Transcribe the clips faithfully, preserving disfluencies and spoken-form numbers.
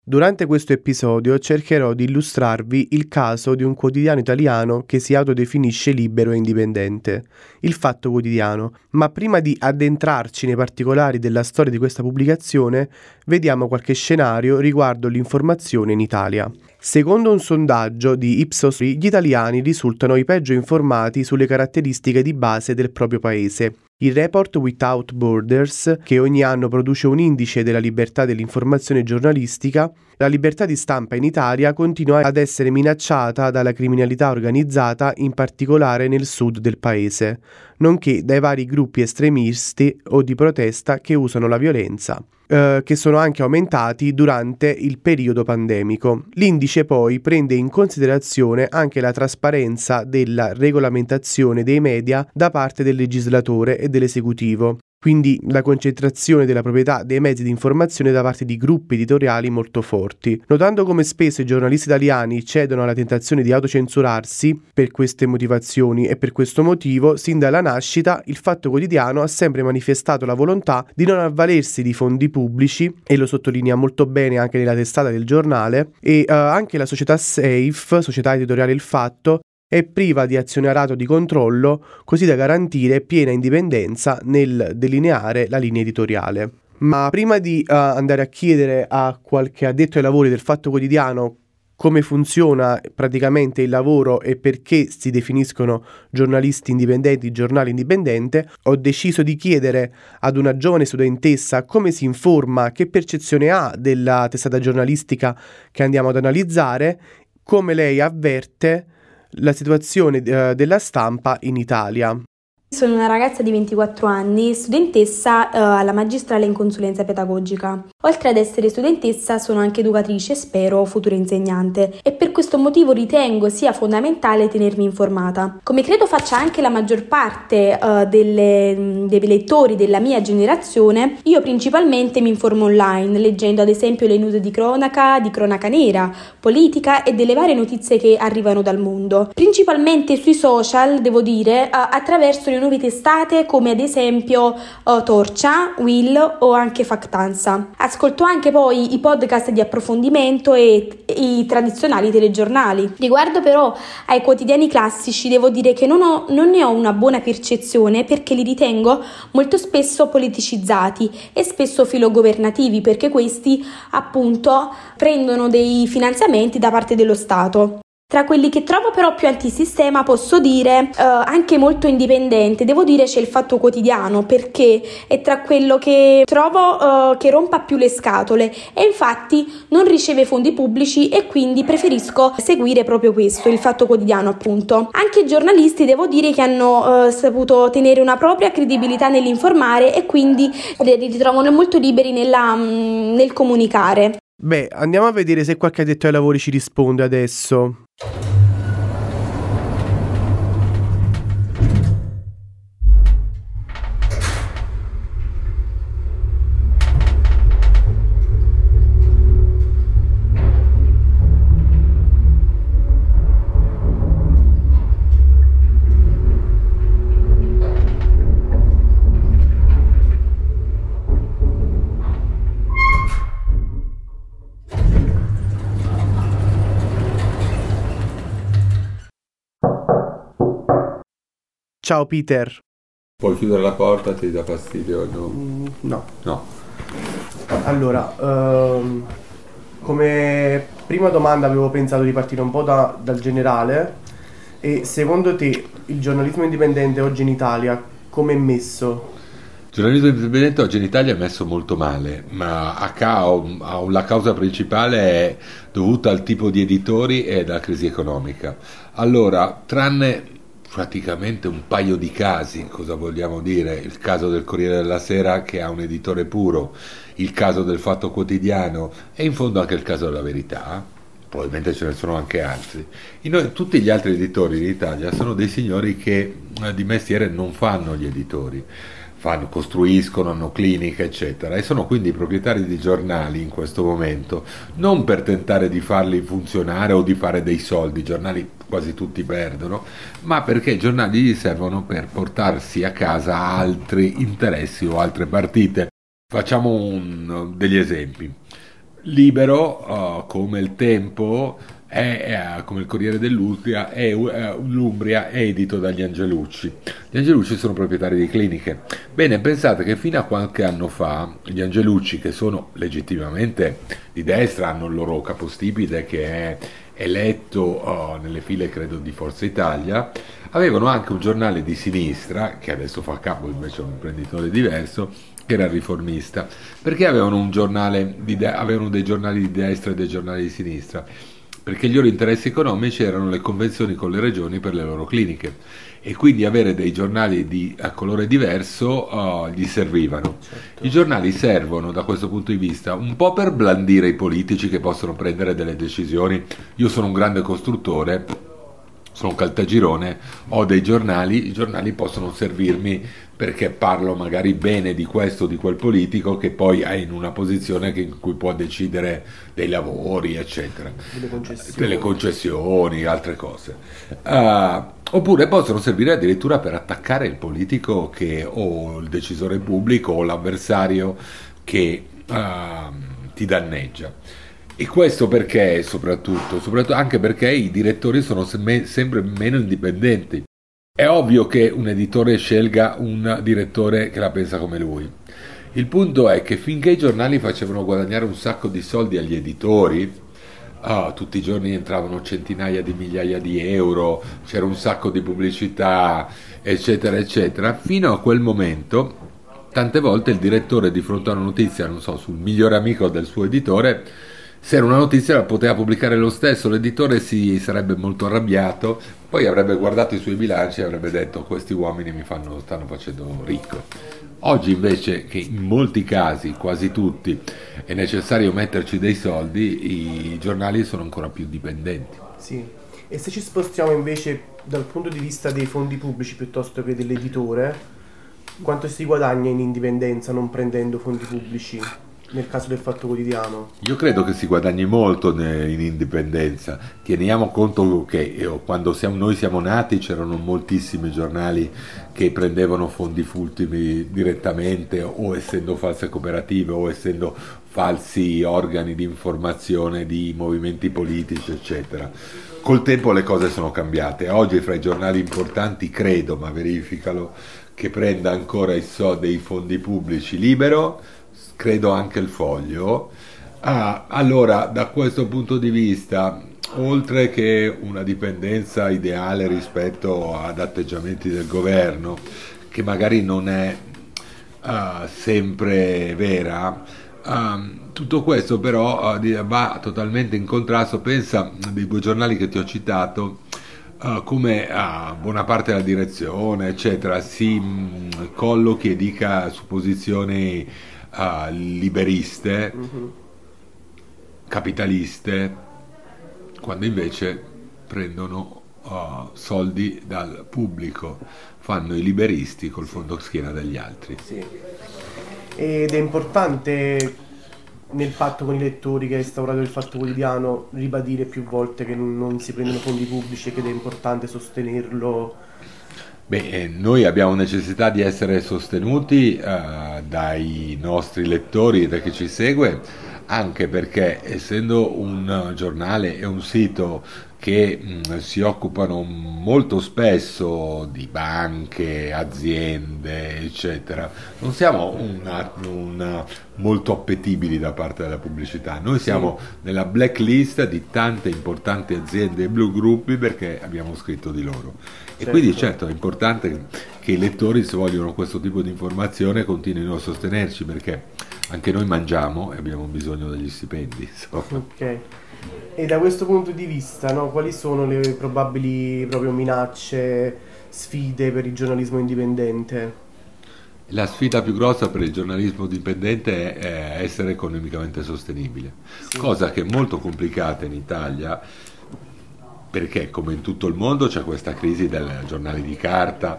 Durante questo episodio cercherò di illustrarvi il caso di un quotidiano italiano che si autodefinisce libero e indipendente, Il Fatto Quotidiano. Ma prima di addentrarci nei particolari della storia di questa pubblicazione, vediamo qualche scenario riguardo l'informazione in Italia. Secondo un sondaggio di Ipsos, gli italiani risultano i peggio informati sulle caratteristiche di base del proprio paese. Il report Without Borders, che ogni anno produce un indice della libertà dell'informazione giornalistica, la libertà di stampa in Italia continua ad essere minacciata dalla criminalità organizzata, in particolare nel sud del paese, nonché dai vari gruppi estremisti o di protesta che usano la violenza, eh, che sono anche aumentati durante il periodo pandemico. L'indice poi prende in considerazione anche la trasparenza della regolamentazione dei media da parte del legislatore e dell'esecutivo, quindi la concentrazione della proprietà dei mezzi di informazione da parte di gruppi editoriali molto forti. Notando come spesso i giornalisti italiani cedono alla tentazione di autocensurarsi per queste motivazioni e per questo motivo, sin dalla nascita, Il Fatto Quotidiano ha sempre manifestato la volontà di non avvalersi di fondi pubblici, e lo sottolinea molto bene anche nella testata del giornale, e uh, anche la società SAFE, società editoriale Il Fatto, è priva di azionariato di controllo, così da garantire piena indipendenza nel delineare la linea editoriale. Ma prima di uh, andare a chiedere a qualche addetto ai lavori del Fatto Quotidiano come funziona praticamente il lavoro e perché si definiscono giornalisti indipendenti, giornale indipendente, ho deciso di chiedere ad una giovane studentessa come si informa, che percezione ha della testata giornalistica che andiamo ad analizzare, come lei avverte la situazione uh, della stampa in Italia. Sono una ragazza di ventiquattro anni, studentessa uh, alla magistrale in consulenza pedagogica. Oltre ad essere studentessa sono anche educatrice e spero futura insegnante, e per questo motivo ritengo sia fondamentale tenermi informata. Come credo faccia anche la maggior parte uh, delle, dei lettori della mia generazione, io principalmente mi informo online, leggendo ad esempio le news di cronaca, di cronaca nera, politica e delle varie notizie che arrivano dal mondo. Principalmente sui social, devo dire, uh, attraverso le nuove testate come ad esempio uh, Torcia, Will o anche Factanza. Ascolto anche poi i podcast di approfondimento e, e i tradizionali telegiornali. Riguardo però ai quotidiani classici devo dire che non, ho, non ne ho una buona percezione, perché li ritengo molto spesso politicizzati e spesso filogovernativi, perché questi appunto prendono dei finanziamenti da parte dello Stato. Tra quelli che trovo però più antisistema posso dire eh, anche molto indipendente, devo dire c'è Il Fatto Quotidiano, perché è tra quello che trovo eh, che rompa più le scatole, e infatti non riceve fondi pubblici, e quindi preferisco seguire proprio questo, Il Fatto Quotidiano appunto. Anche i giornalisti devo dire che hanno eh, saputo tenere una propria credibilità nell'informare, e quindi li ritrovano molto liberi nella, mh, nel comunicare. Beh, andiamo a vedere se qualche addetto ai lavori ci risponde adesso. Ciao Peter. Puoi chiudere la porta, ti dà fastidio? No. Mm, no. No. Allora, ehm, come prima domanda avevo pensato di partire un po' da, dal generale. E secondo te il giornalismo indipendente oggi in Italia come è messo? Il giornalismo indipendente oggi in Italia è messo molto male, ma a ca- la causa principale è dovuta al tipo di editori e alla crisi economica. Allora, tranne praticamente un paio di casi, cosa vogliamo dire? Il caso del Corriere della Sera, che ha un editore puro, il caso del Fatto Quotidiano e in fondo anche il caso della Verità, probabilmente ce ne sono anche altri. In, tutti gli altri editori in Italia sono dei signori che eh, di mestiere non fanno gli editori, fanno, costruiscono, hanno cliniche eccetera, e sono quindi proprietari di giornali in questo momento, non per tentare di farli funzionare o di fare dei soldi, i giornali quasi tutti perdono, ma perché i giornali gli servono per portarsi a casa altri interessi o altre partite. Facciamo un, degli esempi. Libero, uh, come il Tempo, è, è, come il Corriere dell'Umbria, è, uh, l'Umbria è edito dagli Angelucci. Gli Angelucci sono proprietari di cliniche. Bene, pensate che fino a qualche anno fa gli Angelucci, che sono legittimamente di destra, hanno il loro capostipite che è eletto uh, nelle file, credo, di Forza Italia, avevano anche un giornale di sinistra, che adesso fa capo invece a un imprenditore diverso, che era riformista, perché avevano, un giornale di de- avevano dei giornali di destra e dei giornali di sinistra, perché i loro interessi economici erano le convenzioni con le regioni per le loro cliniche e quindi avere dei giornali di, a colore diverso uh, gli servivano. Certo. I giornali servono da questo punto di vista un po' per blandire i politici che possono prendere delle decisioni. Io sono un grande costruttore, sono un caltagirone, ho dei giornali, i giornali possono servirmi perché parlo magari bene di questo o di quel politico che poi è in una posizione che, in cui può decidere dei lavori, eccetera, delle concessioni, delle concessioni, altre cose. Uh, oppure possono servire addirittura per attaccare il politico che, o il decisore pubblico o l'avversario che uh, ti danneggia. E questo perché, soprattutto, soprattutto anche perché i direttori sono sem- sempre meno indipendenti. È ovvio che un editore scelga un direttore che la pensa come lui. Il punto è che finché i giornali facevano guadagnare un sacco di soldi agli editori, oh, tutti i giorni entravano centinaia di migliaia di euro, c'era un sacco di pubblicità, eccetera, eccetera, fino a quel momento, tante volte il direttore di fronte a una notizia, non so, sul migliore amico del suo editore, se era una notizia la poteva pubblicare lo stesso, l'editore si sarebbe molto arrabbiato, poi avrebbe guardato i suoi bilanci e avrebbe detto questi uomini mi fanno, stanno facendo ricco. Oggi invece, che in molti casi, quasi tutti, è necessario metterci dei soldi, i giornali sono ancora più dipendenti. Sì, e se ci spostiamo invece dal punto di vista dei fondi pubblici piuttosto che dell'editore, quanto si guadagna in indipendenza non prendendo fondi pubblici? Nel caso del Fatto Quotidiano, io credo che si guadagni molto in indipendenza. Teniamo conto che quando siamo, noi siamo nati c'erano moltissimi giornali che prendevano fondi fultimi direttamente, o essendo false cooperative o essendo falsi organi di informazione di movimenti politici, eccetera. Col tempo le cose sono cambiate. Oggi fra i giornali importanti, credo, ma verificalo, che prenda ancora i so dei fondi pubblici Libero, credo anche il Foglio. Ah, allora, da questo punto di vista, oltre che una dipendenza ideale rispetto ad atteggiamenti del governo, che magari non è uh, sempre vera, uh, tutto questo però uh, va totalmente in contrasto. Pensa dei due giornali che ti ho citato, uh, come uh, buona parte della direzione, eccetera, si mh, collochi e dica su posizioni Uh, liberiste, mm-hmm. capitaliste, quando invece prendono uh, soldi dal pubblico, fanno i liberisti col fondo schiena degli altri. Sì. Ed è importante nel patto con i lettori che è instaurato il Fatto Quotidiano ribadire più volte che non si prendono fondi pubblici e che è importante sostenerlo. Beh, noi abbiamo necessità di essere sostenuti uh, dai nostri lettori e da chi ci segue, anche perché essendo un giornale e un sito che mh, si occupano molto spesso di banche, aziende, eccetera, non siamo una, una, molto appetibili da parte della pubblicità. Noi siamo sì. nella blacklist di tante importanti aziende e blue gruppi perché abbiamo scritto di loro. E certo. quindi certo è importante che i lettori, se vogliono questo tipo di informazione, continuino a sostenerci, perché anche noi mangiamo e abbiamo bisogno degli stipendi. Insomma. Ok. E da questo punto di vista, no, quali sono le probabili proprio minacce, sfide per il giornalismo indipendente? La sfida più grossa per il giornalismo dipendente è essere economicamente sostenibile, sì. cosa che è molto complicata in Italia, perché come in tutto il mondo c'è questa crisi dei giornali di carta,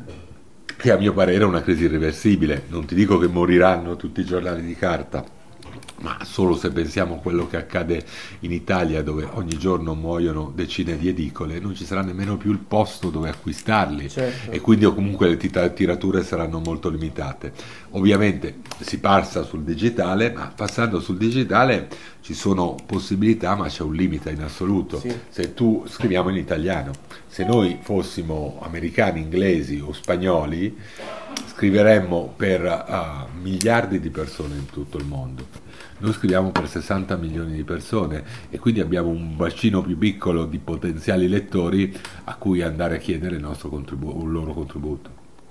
che a mio parere è una crisi irreversibile. Non ti dico che moriranno tutti i giornali di carta, ma solo se pensiamo a quello che accade in Italia, dove ogni giorno muoiono decine di edicole, non ci sarà nemmeno più il posto dove acquistarli, Certo. e quindi comunque le tita- tirature saranno molto limitate. Ovviamente si passa sul digitale, ma passando sul digitale ci sono possibilità, ma c'è un limite in assoluto. Sì. Se tu scriviamo in italiano, se noi fossimo americani, inglesi o spagnoli, scriveremmo per uh, miliardi di persone in tutto il mondo. Noi scriviamo per sessanta milioni di persone e quindi abbiamo un bacino più piccolo di potenziali lettori a cui andare a chiedere il nostro contribu- un loro contributo.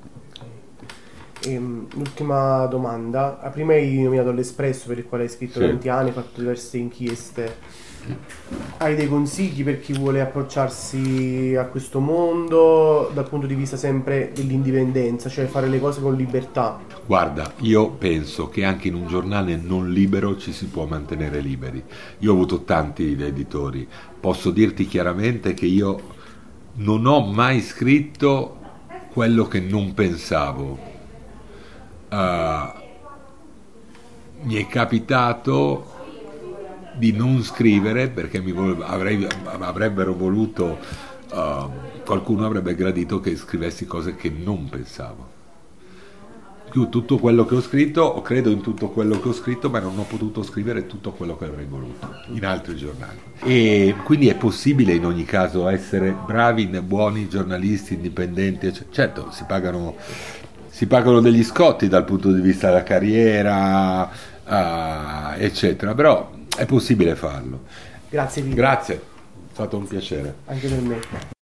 Ehm, l'ultima domanda. Ah, prima hai nominato l'Espresso, per il quale hai scritto Sì. tanti anni, hai fatto diverse inchieste. Hai dei consigli per chi vuole approcciarsi a questo mondo dal punto di vista sempre dell'indipendenza, cioè fare le cose con libertà? Guarda, io penso che anche in un giornale non libero ci si può mantenere liberi. Io ho avuto tanti editori, posso dirti chiaramente che io non ho mai scritto quello che non pensavo. Uh, mi è capitato di non scrivere perché mi vo- avrei- avrebbero voluto, uh, qualcuno avrebbe gradito che scrivessi cose che non pensavo. Più tutto quello che ho scritto, o credo in tutto quello che ho scritto, ma non ho potuto scrivere tutto quello che avrei voluto in altri giornali. E quindi è possibile in ogni caso essere bravi, buoni giornalisti indipendenti, ecc- certo si pagano, si pagano degli scotti dal punto di vista della carriera, uh, eccetera, però è possibile farlo. Grazie Pino. Grazie, è stato un piacere. Anche per me.